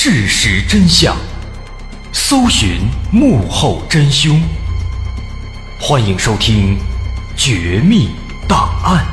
事实真相，搜寻幕后真凶。欢迎收听《绝密档案》。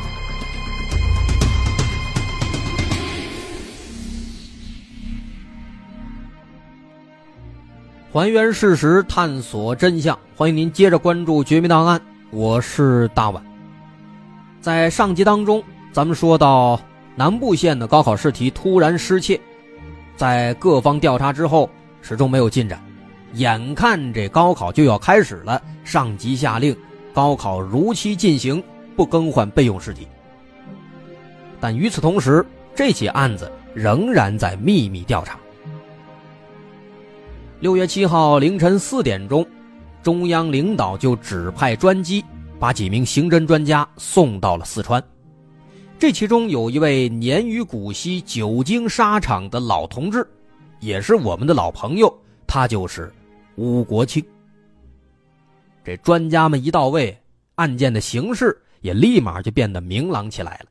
还原事实，探索真相，欢迎您接着关注《绝密档案》，我是大碗。在上集当中，咱们说到南部县的高考试题突然失窃，在各方调查之后始终没有进展，眼看这高考就要开始了，上级下令高考如期进行，不更换备用试题。但与此同时，这起案子仍然在秘密调查。6月7号凌晨4点钟，中央领导就指派专机把几名刑侦专家送到了四川。这其中有一位年逾古稀、久经沙场的老同志，也是我们的老朋友，他就是吴国清。这专家们一到位，案件的形势也立马就变得明朗起来了。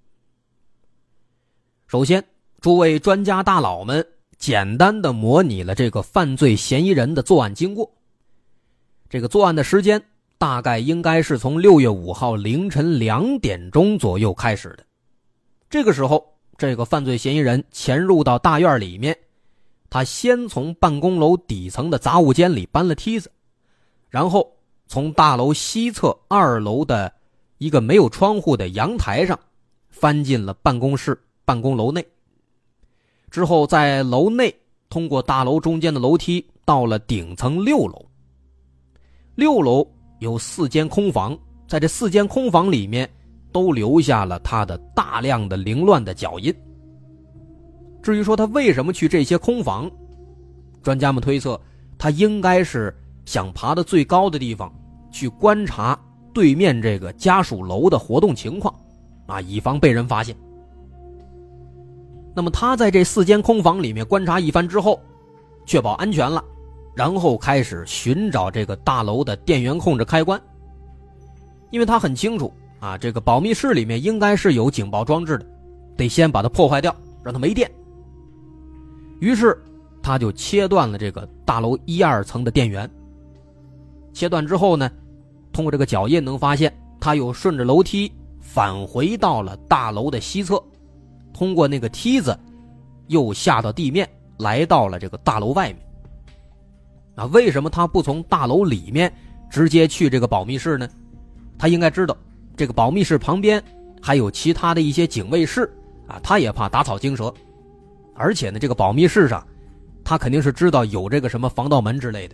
首先，诸位专家大佬们简单的模拟了这个犯罪嫌疑人的作案经过。这个作案的时间大概应该是从6月5号凌晨2点钟左右开始的。这个时候，这个犯罪嫌疑人潜入到大院里面，他先从办公楼底层的杂物间里搬了梯子，然后从大楼西侧2楼的一个没有窗户的阳台上翻进了办公室办公楼内。之后在楼内通过大楼中间的楼梯到了顶层6楼。6楼有4间空房，在这4间空房里面都留下了他的大量的凌乱的脚印。至于说他为什么去这些空房，专家们推测他应该是想爬到最高的地方去观察对面这个家属楼的活动情况以防被人发现。那么他在这4间空房里面观察一番之后，确保安全了，然后开始寻找这个大楼的电源控制开关。因为他很清楚这个保密室里面应该是有警报装置的，得先把它破坏掉，让它没电。于是他就切断了这个大楼1、2层的电源。切断之后呢，通过这个脚印能发现他又顺着楼梯返回到了大楼的西侧，通过那个梯子又下到地面，来到了这个大楼外面。为什么他不从大楼里面直接去这个保密室呢？他应该知道这个保密室旁边还有其他的一些警卫室他也怕打草惊蛇。而且呢，这个保密室上他肯定是知道有这个什么防盗门之类的。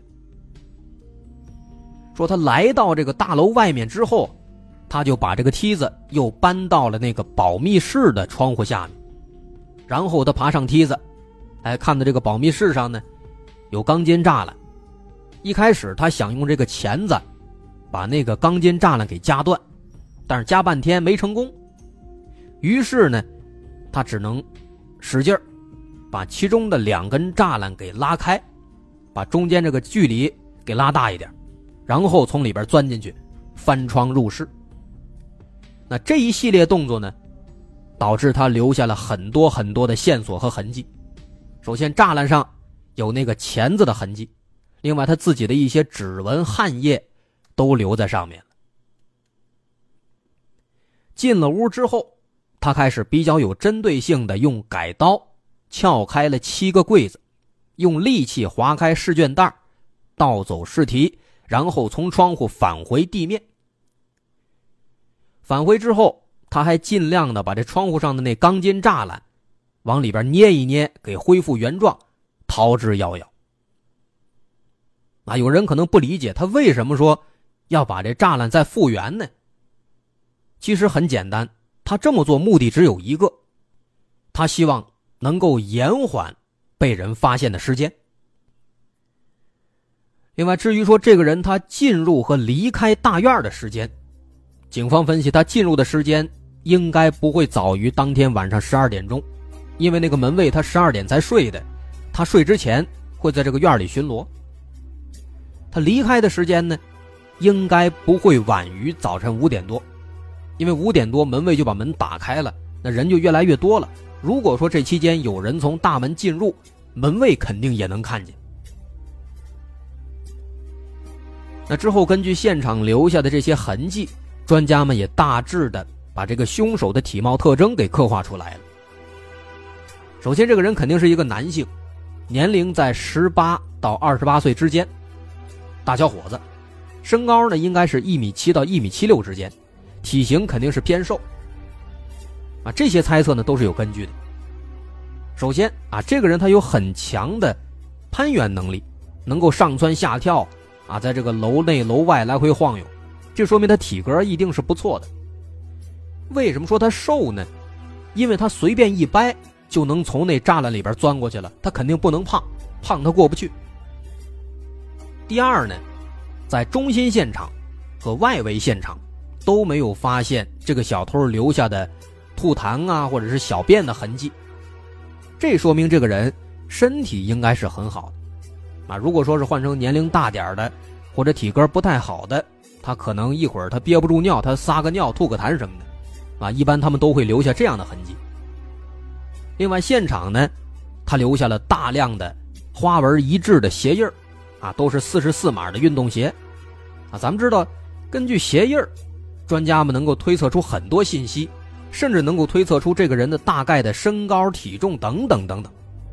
说他来到这个大楼外面之后，他就把这个梯子又搬到了那个保密室的窗户下面，然后他爬上梯子，看到这个保密室上呢有钢筋栅栏。一开始他想用这个钳子把那个钢筋栅栏给夹断，但是夹半天没成功。于是呢，他只能使劲把其中的2根栅栏给拉开，把中间这个距离给拉大一点，然后从里边钻进去，翻窗入室。那这一系列动作呢，导致他留下了很多很多的线索和痕迹。首先栅栏上有那个钳子的痕迹，另外他自己的一些指纹汗液都留在上面了。进了屋之后，他开始比较有针对性的用改刀撬开了7个柜子，用利器划开试卷袋，盗走试题，然后从窗户返回地面。返回之后，他还尽量的把这窗户上的那钢筋栅栏往里边捏一捏，给恢复原状，逃之夭夭。有人可能不理解他为什么说要把这栅栏再复原呢？其实很简单，他这么做目的只有一个，他希望能够延缓被人发现的时间。另外，至于说这个人他进入和离开大院的时间，警方分析他进入的时间应该不会早于当天晚上12点钟，因为那个门卫他12点才睡的，他睡之前会在这个院里巡逻。他离开的时间呢，应该不会晚于早晨5点多，因为5点多门卫就把门打开了，那人就越来越多了。如果说这期间有人从大门进入， 门卫肯定也能看见。那之后根据现场留下的这些痕迹，专家们也大致的把这个凶手的体貌特征给刻画出来了。首先这个人肯定是一个男性，年龄在18到28岁之间，大小伙子，身高呢应该是1.7米到1.76米之间，体型肯定是偏瘦。这些猜测呢都是有根据的。首先这个人他有很强的攀援能力，能够上蹿下跳在这个楼内楼外来回晃悠，这说明他体格一定是不错的。为什么说他瘦呢？因为他随便一掰就能从那栅栏里边钻过去了，他肯定不能胖，胖他过不去。第二呢，在中心现场和外围现场都没有发现这个小偷留下的吐痰或者是小便的痕迹，这说明这个人身体应该是很好的。如果说是换成年龄大点的或者体格不太好的，他可能一会儿他憋不住尿，他撒个尿吐个痰什么的一般他们都会留下这样的痕迹。另外现场呢，他留下了大量的花纹一致的鞋印都是44码的运动鞋咱们知道根据鞋印专家们能够推测出很多信息，甚至能够推测出这个人的大概的身高体重等等等等。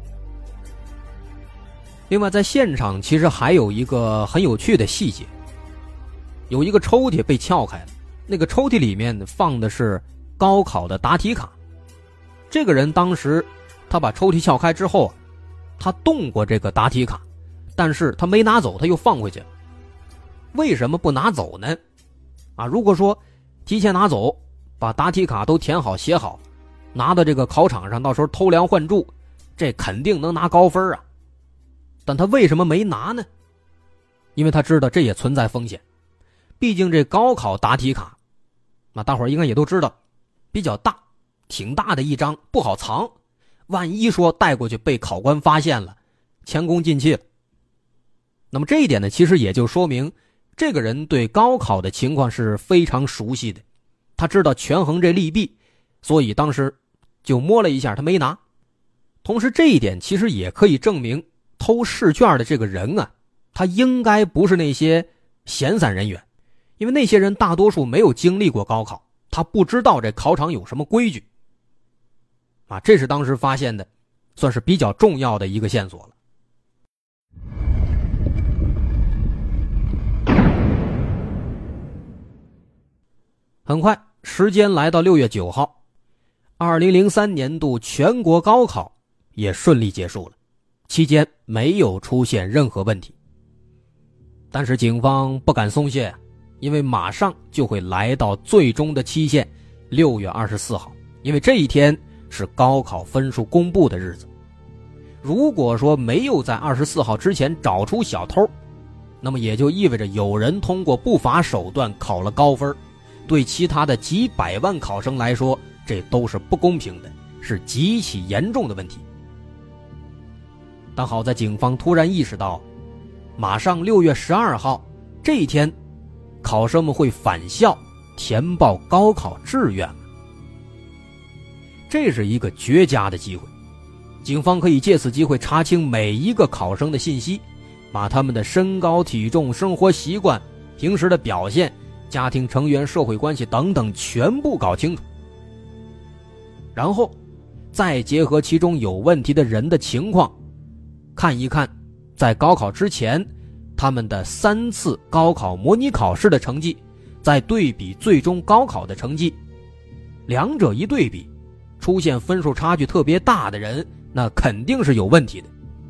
另外在现场其实还有一个很有趣的细节，有一个抽屉被撬开了，那个抽屉里面放的是高考的答题卡。这个人当时他把抽屉撬开之后，他动过这个答题卡，但是他没拿走，他又放回去了。为什么不拿走呢？如果说提前拿走，把答题卡都填好写好，拿到这个考场上，到时候偷梁换柱，这肯定能拿高分但他为什么没拿呢？因为他知道这也存在风险，毕竟这高考答题卡大伙儿应该也都知道比较大，挺大的一张，不好藏，万一说带过去被考官发现了，前功尽弃了。那么这一点呢，其实也就说明这个人对高考的情况是非常熟悉的，他知道权衡这利弊，所以当时就摸了一下，他没拿。同时这一点其实也可以证明偷试卷的这个人他应该不是那些闲散人员，因为那些人大多数没有经历过高考，他不知道这考场有什么规矩这是当时发现的算是比较重要的一个线索了。很快时间来到6月9号，2003年度全国高考也顺利结束了，期间没有出现任何问题。但是警方不敢松懈因为马上就会来到最终的期限6月24号，因为这一天是高考分数公布的日子。如果说没有在24号之前找出小偷，那么也就意味着有人通过不法手段考了高分，对其他的几百万考生来说，这都是不公平的，是极其严重的问题。但好在警方突然意识到，马上6月12号这一天，考生们会返校填报高考志愿，这是一个绝佳的机会。警方可以借此机会查清每一个考生的信息，把他们的身高体重、生活习惯、平时的表现、家庭成员、社会关系等等全部搞清楚，然后再结合其中有问题的人的情况，看一看在高考之前他们的3次高考模拟考试的成绩，再对比最终高考的成绩，两者一对比，出现分数差距特别大的人，那肯定是有问题的。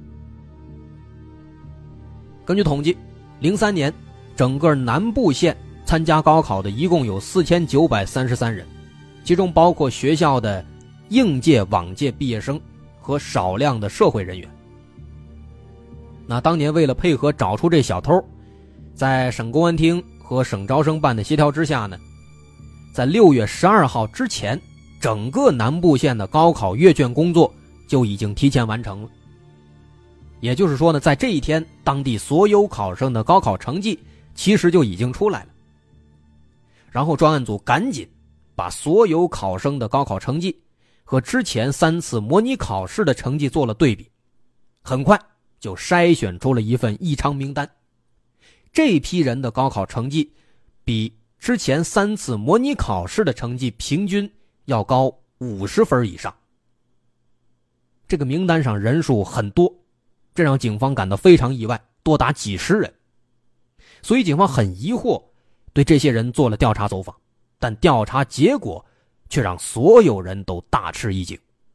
根据统计，03年整个南部县参加高考的一共有4933人，其中包括学校的应届往届毕业生和少量的社会人员。那当年为了配合找出这小偷，在省公安厅和省招生办的协调之下呢，在6月12号之前，整个南部县的高考阅卷工作就已经提前完成了。也就是说呢，在这一天，当地所有考生的高考成绩其实就已经出来了。然后专案组赶紧把所有考生的高考成绩和之前3次模拟考试的成绩做了对比， 很快就筛选出了一份异常名单。这批人的高考成绩比之前3次模拟考试的成绩平均要高50分以上。这个名单上人数很多，这让警方感到非常意外，多达几十人。所以警方很疑惑，对这些人做了调查走访，但调查结果却让所有人都大吃一惊。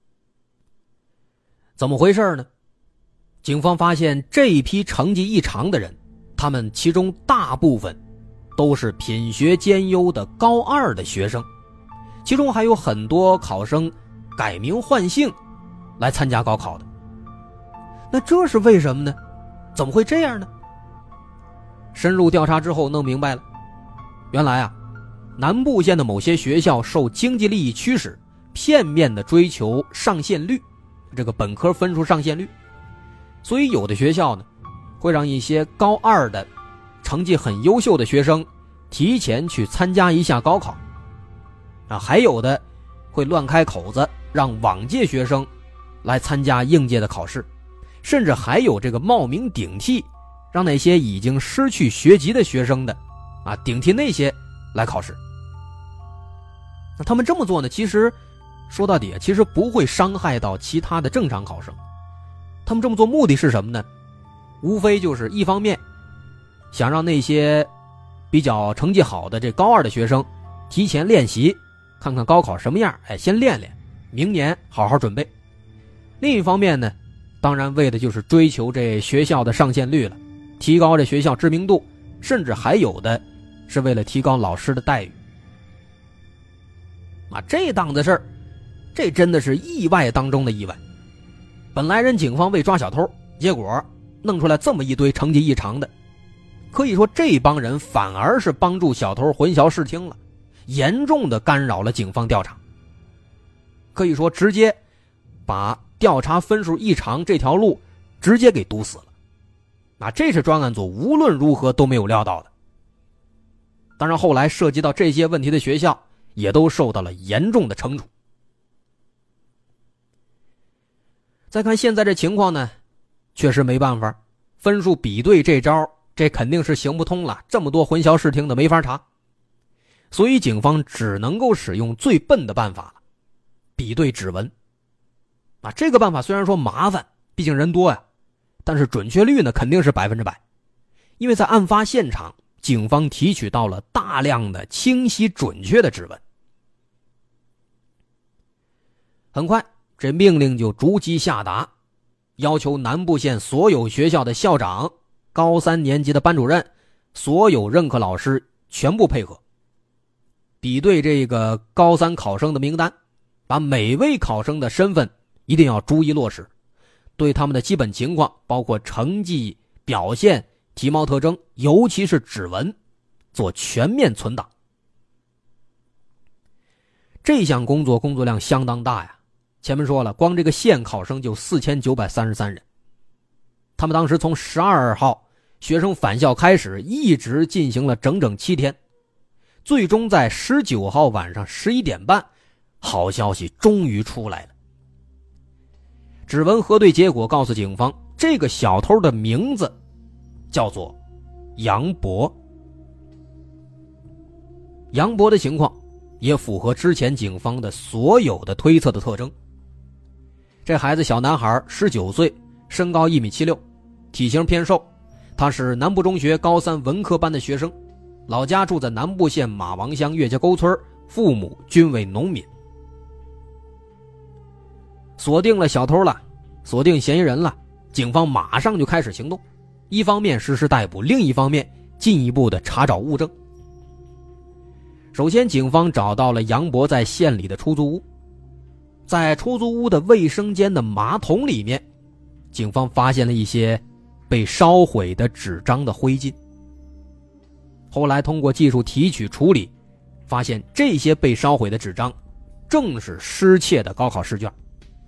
怎么回事呢？警方发现这一批成绩异常的人，他们其中大部分都是品学兼优的高2的学生，其中还有很多考生改名换姓来参加高考的。那这是为什么呢？怎么会这样呢？深入调查之后弄明白了，原来啊，南部县的某些学校受经济利益驱使，片面的追求上线率，这个本科分数上线率，所以有的学校呢，会让一些高2的成绩很优秀的学生提前去参加一下高考啊，还有的会乱开口子，让往届学生来参加应届的考试，甚至还有这个冒名顶替，让那些已经失去学籍的学生的啊，顶替那些来考试。那他们这么做呢，其实说到底其实不会伤害到其他的正常考生。他们这么做目的是什么呢？无非就是一方面想让那些比较成绩好的这高2的学生提前练习，看看高考什么样，先练练，明年好好准备。另一方面呢，当然为的就是追求这学校的上线率了，提高这学校知名度，甚至还有的是为了提高老师的待遇。这档子事儿，这真的是意外当中的意外。本来人警方为抓小偷，结果弄出来这么一堆成绩异常的，可以说这帮人反而是帮助小偷混淆视听了，严重的干扰了警方调查，可以说直接把调查分数异常这条路直接给堵死了。这是专案组无论如何都没有料到的。当然后来涉及到这些问题的学校也都受到了严重的惩处。再看现在这情况呢，确实没办法，分数比对这招这肯定是行不通了，这么多混淆视听的没法查，所以警方只能够使用最笨的办法了，比对指纹。这个办法虽然说麻烦，毕竟人多呀，但是准确率呢肯定是100%，因为在案发现场警方提取到了大量的清晰准确的指纹。很快这命令就逐级下达，要求南部县所有学校的校长、高3年级的班主任、所有任课老师全部配合，比对这个高3考生的名单，把每位考生的身份一定要逐一落实，对他们的基本情况，包括成绩、表现、体貌特征，尤其是指纹，做全面存档。这项工作量相当大呀，前面说了，光这个县考生就4933人，他们当时从12号学生返校开始，一直进行了整整7天，最终在19号晚上11点半，好消息终于出来了。指纹核对结果告诉警方，这个小偷的名字叫做杨博。杨博的情况也符合之前警方的所有的推测的特征。这孩子小男孩19岁，身高1.76米，体型偏瘦，他是南部中学高3文科班的学生，老家住在南部县马王乡岳家沟村，父母均为农民。锁定了小偷了，锁定嫌疑人了，警方马上就开始行动，一方面实施逮捕，另一方面进一步的查找物证。首先警方找到了杨博在县里的出租屋，在出租屋的卫生间的马桶里面，警方发现了一些被烧毁的纸张的灰烬。后来通过技术提取处理，发现这些被烧毁的纸张正是失窃的高考试卷。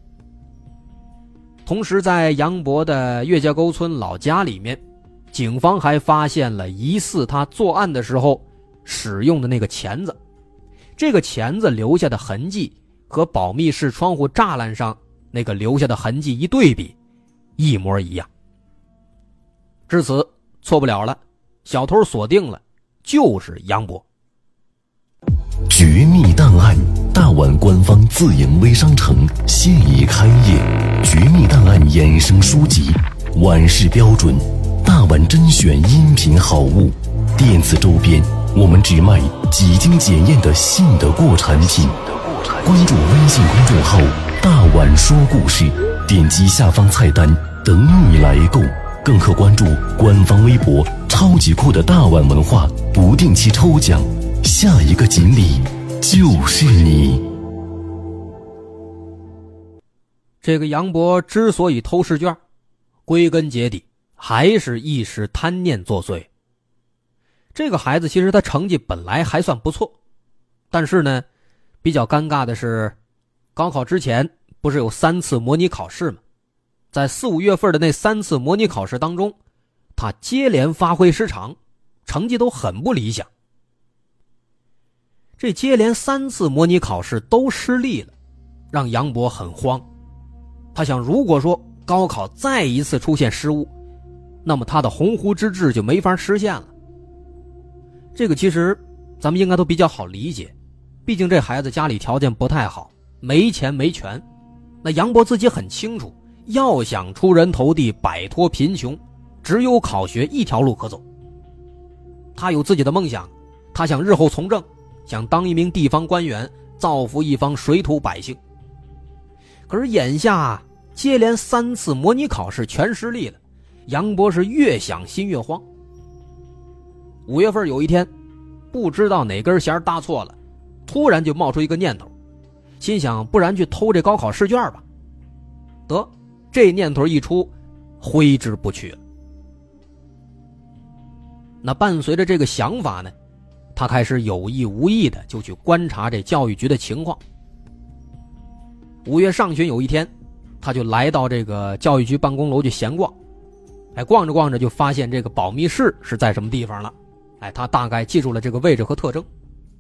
同时在杨博的岳家沟村老家里面，警方还发现了疑似他作案的时候使用的那个钳子，这个钳子留下的痕迹和保密室窗户栅栏上那个留下的痕迹一对比， 一模一样。至此错不了了，小偷锁定了，就是杨博。 绝密档案，大碗官方自营微商城现已开业。绝密档案衍生书籍，碗式标准，大碗甄选音频好物，电子周边，我们只卖几经检验的信得过产品。关注微信公众号大碗说故事，点击下方菜单等你来购，更可关注官方微博超级酷的大碗文化，不定期抽奖，下一个锦鲤就是你。 这个杨博之所以偷试卷，归根结底还是一时贪念作祟。这个孩子其实他成绩本来还算不错，但是呢比较尴尬的是，高考之前不是有3次模拟考试吗？在4、5月份的那3次模拟考试当中，他接连发挥失常，成绩都很不理想。这接连3次模拟考试都失利了，让杨博很慌。他想，如果说高考再一次出现失误，那么他的鸿鹄之志就没法实现了。这个其实咱们应该都比较好理解，毕竟这孩子家里条件不太好，没钱没权。那杨博自己很清楚，要想出人头地，摆脱贫穷，只有考学一条路可走。他有自己的梦想，他想日后从政，想当一名地方官员，造福一方水土百姓。可是眼下接连3次模拟考试全失利了，杨博是越想心越慌。5月份有一天，不知道哪根弦搭错了，突然就冒出一个念头，心想不然去偷这高考试卷吧。得，这念头一出，挥之不去了。那伴随着这个想法呢，他开始有意无意的就去观察这教育局的情况。5月上旬有一天，他就来到这个教育局办公楼去闲逛。逛着逛着就发现这个保密室是在什么地方了。他大概记住了这个位置和特征。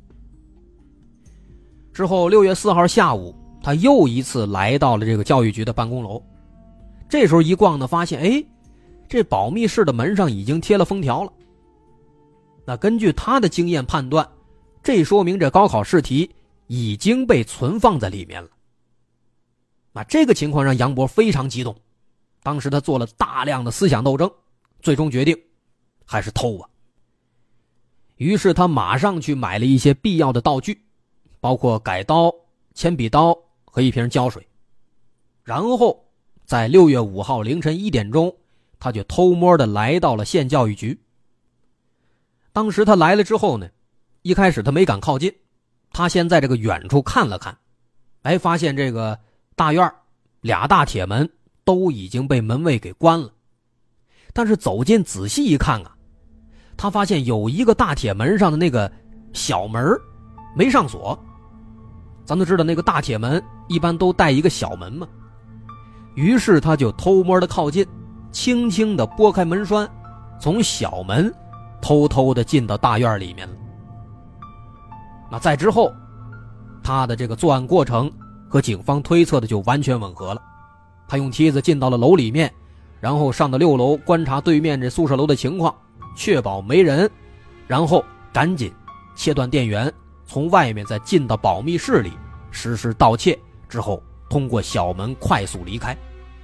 之后6月4号下午，他又一次来到了这个教育局的办公楼。这时候一逛呢，发现这保密室的门上已经贴了封条了。那根据他的经验判断，这说明这高考试题已经被存放在里面了。那这个情况让杨博非常激动，当时他做了大量的思想斗争，最终决定还是偷吧。于是他马上去买了一些必要的道具，包括改刀、铅笔刀和一瓶胶水。然后在6月5号凌晨1点钟，他就偷摸的来到了县教育局。当时他来了之后呢，一开始他没敢靠近，他先在这个远处看了看，发现这个大院2大铁门都已经被门卫给关了。但是走近仔细一看啊，他发现有一个大铁门上的那个小门没上锁。咱都知道那个大铁门一般都带一个小门嘛。于是他就偷摸的靠近，轻轻的拨开门栓，从小门偷偷的进到大院里面了。那再之后，他的这个作案过程和警方推测的就完全吻合了。他用梯子进到了楼里面，然后上到6楼观察对面这宿舍楼的情况，确保没人，然后赶紧切断电源，从外面再进到保密室里实施盗窃，之后通过小门快速离开。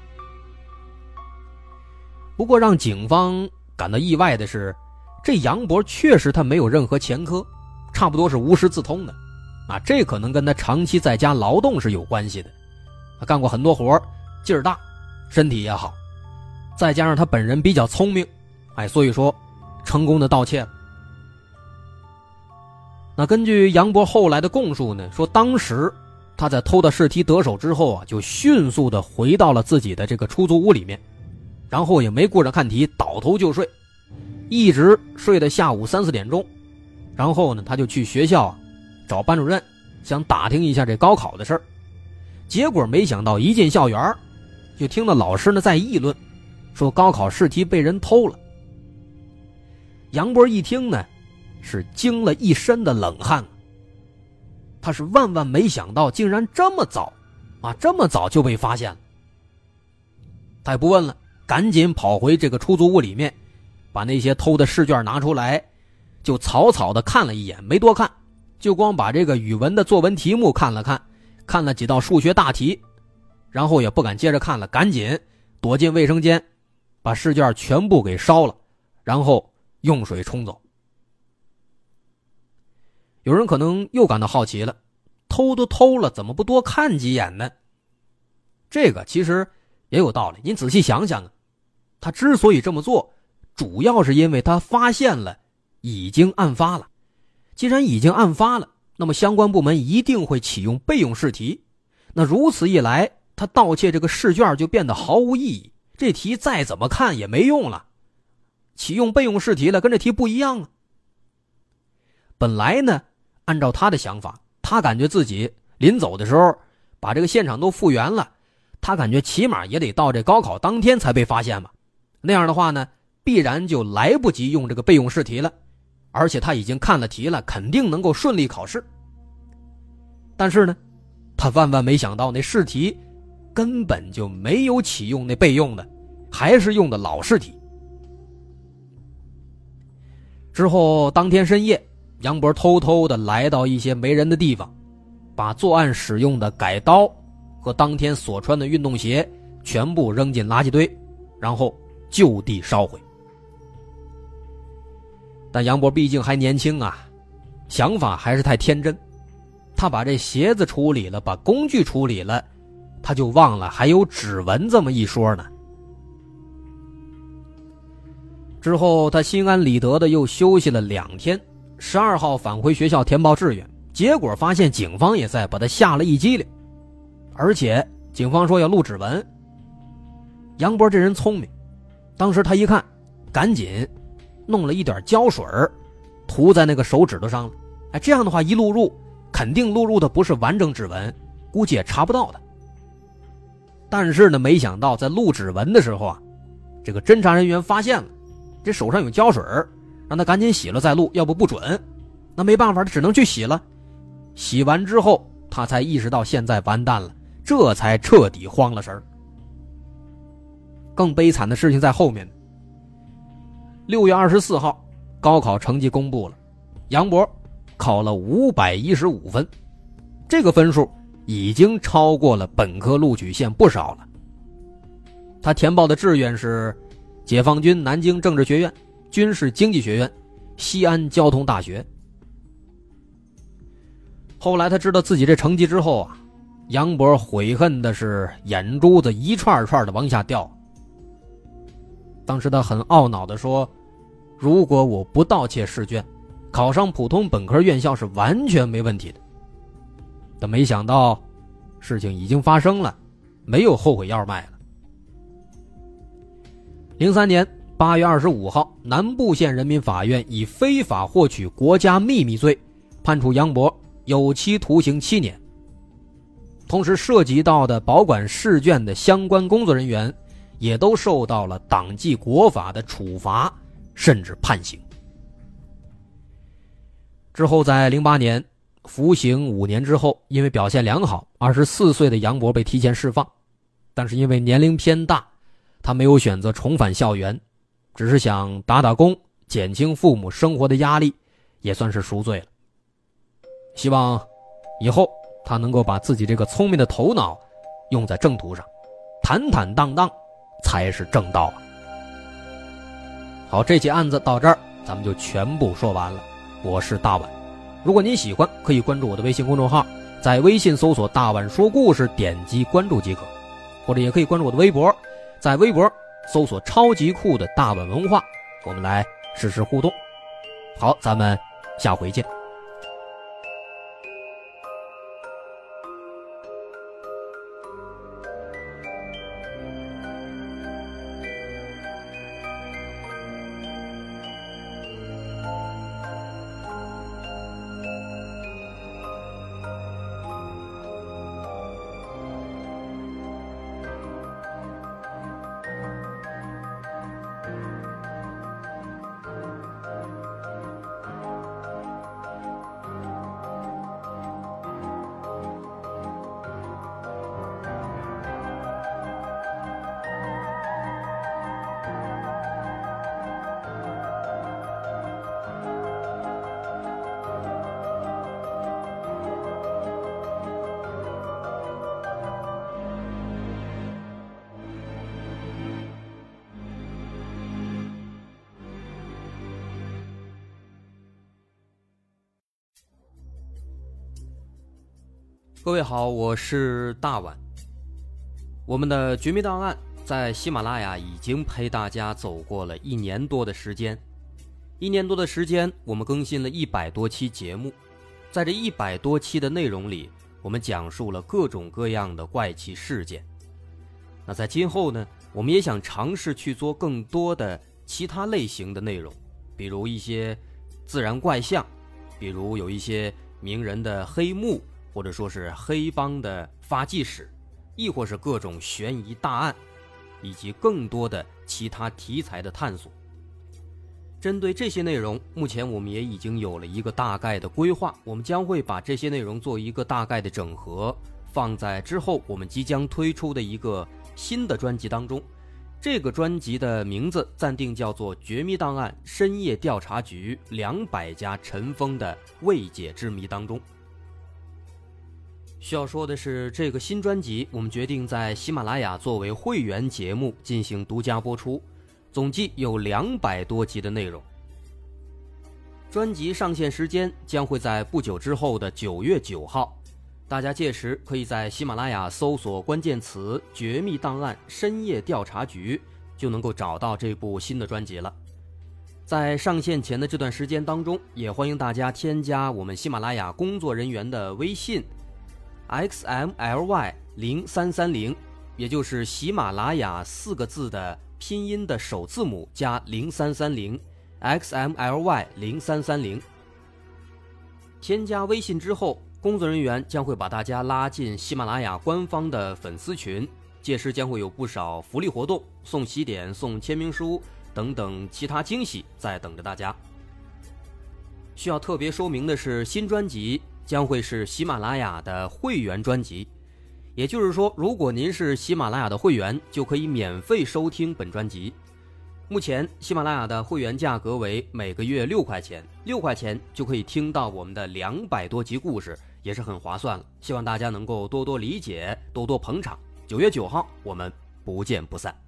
不过让警方感到意外的是，这杨博确实他没有任何前科，差不多是无师自通的。这可能跟他长期在家劳动是有关系的。他干过很多活，劲儿大，身体也好，再加上他本人比较聪明，所以说成功的盗窃了。那根据杨博后来的供述呢，说当时他在偷的试题得手之后就迅速的回到了自己的这个出租屋里面，然后也没顾着看题，倒头就睡，一直睡到下午3、4点钟。然后呢，他就去学校找班主任，想打听一下这高考的事儿。结果没想到一进校园，就听到老师呢在议论，说高考试题被人偷了。杨博一听呢，是惊了一身的冷汗。他是万万没想到，竟然这么早就被发现了。他也不问了， 赶紧跑回这个出租屋里面，把那些偷的试卷拿出来，就草草的看了一眼，没多看，就光把这个语文的作文题目看了看，看了几道数学大题，然后也不敢接着看了，赶紧躲进卫生间，把试卷全部给烧了，然后用水冲走。有人可能又感到好奇了，偷都偷了，怎么不多看几眼呢？这个其实也有道理，您仔细想想啊，他之所以这么做，主要是因为他发现了已经案发了。既然已经案发了，那么相关部门一定会启用备用试题。那如此一来，他盗窃这个试卷就变得毫无意义，这题再怎么看也没用了。启用备用试题了，跟这题不一样啊。本来呢，按照他的想法，他感觉自己临走的时候把这个现场都复原了，他感觉起码也得到这高考当天才被发现嘛。那样的话呢，必然就来不及用这个备用试题了，而且他已经看了题了，肯定能够顺利考试。但是呢，他万万没想到那试题根本就没有启用那备用的，还是用的老试题。之后当天深夜，杨博偷偷的来到一些没人的地方，把作案使用的改刀和当天所穿的运动鞋全部扔进垃圾堆，然后就地烧毁。但杨博毕竟还年轻啊，想法还是太天真，他把这鞋子处理了，把工具处理了，他就忘了还有指纹这么一说呢。之后他心安理得的又休息了2天，12号返回学校填报志愿，结果发现警方也在，把他吓了一激灵。而且警方说要录指纹。杨博这人聪明，当时他一看，赶紧弄了一点胶水涂在那个手指头上了。这样的话一录入，肯定录入的不是完整指纹，估计也查不到的。但是呢，没想到在录指纹的时候啊，这个侦查人员发现了这手上有胶水，让他赶紧洗了再录，要不不准。那没办法，他只能去洗了。洗完之后，他才意识到现在完蛋了，这才彻底慌了神。更悲惨的事情在后面。6月24号，高考成绩公布了，杨博考了515分，这个分数已经超过了本科录取线不少了。他填报的志愿是解放军南京政治学院、军事经济学院、西安交通大学。后来他知道自己这成绩之后啊，杨博悔恨的是眼珠子一串串的往下掉。当时他很懊恼地说，如果我不盗窃试卷，考上普通本科院校是完全没问题的。但没想到事情已经发生了，没有后悔药卖了。03年8月25号，南部县人民法院以非法获取国家秘密罪判处杨博有期徒刑7年。同时涉及到的保管试卷的相关工作人员也都受到了党纪国法的处罚，甚至判刑。之后在08年服刑5年之后，因为表现良好，24岁的杨博被提前释放。但是因为年龄偏大，他没有选择重返校园，只是想打打工，减轻父母生活的压力，也算是赎罪了。希望以后他能够把自己这个聪明的头脑用在正途上，坦坦荡荡才是正道啊。好，这起案子到这儿咱们就全部说完了。我是大碗，如果您喜欢，可以关注我的微信公众号，在微信搜索大碗说故事，点击关注即可，或者也可以关注我的微博，在微博搜索超级酷的大碗文化，我们来实时互动。好，咱们下回见。 各位好，我是大碗。我们的绝密档案在喜马拉雅已经陪大家走过了1年多的时间。1年多的时间，我们更新了100多期节目。在这100多期的内容里，我们讲述了各种各样的怪奇事件。那在今后呢，我们也想尝试去做更多的其他类型的内容，比如一些自然怪象，比如有一些名人的黑幕，或者说是黑帮的发迹史，亦或是各种悬疑大案，以及更多的其他题材的探索。针对这些内容，目前我们也已经有了一个大概的规划，我们将会把这些内容做一个大概的整合，放在之后我们即将推出的一个新的专辑当中。这个专辑的名字暂定叫做《绝密档案深夜调查局200家尘封的未解之谜》当中。需要说的是，这个新专辑我们决定在喜马拉雅作为会员节目进行独家播出，总计有200多集的内容。专辑上线时间将会在不久之后的9月9号，大家届时可以在喜马拉雅搜索关键词绝密档案深夜调查局，就能够找到这部新的专辑了。在上线前的这段时间当中，也欢迎大家添加我们喜马拉雅工作人员的微信XMLY0330，也就是喜马拉雅4个字的拼音的首字母加0330 XMLY0330。添加微信之后，工作人员将会把大家拉进喜马拉雅官方的粉丝群，届时将会有不少福利活动，送喜点、送签名书等等其他惊喜在等着大家。需要特别说明的是，新专辑将会是喜马拉雅的会员专辑，也就是说，如果您是喜马拉雅的会员，就可以免费收听本专辑。目前喜马拉雅的会员价格为每个月6块钱，6块钱就可以听到我们的200多集故事，也是很划算了。希望大家能够多多理解，多多捧场。9月9号我们不见不散。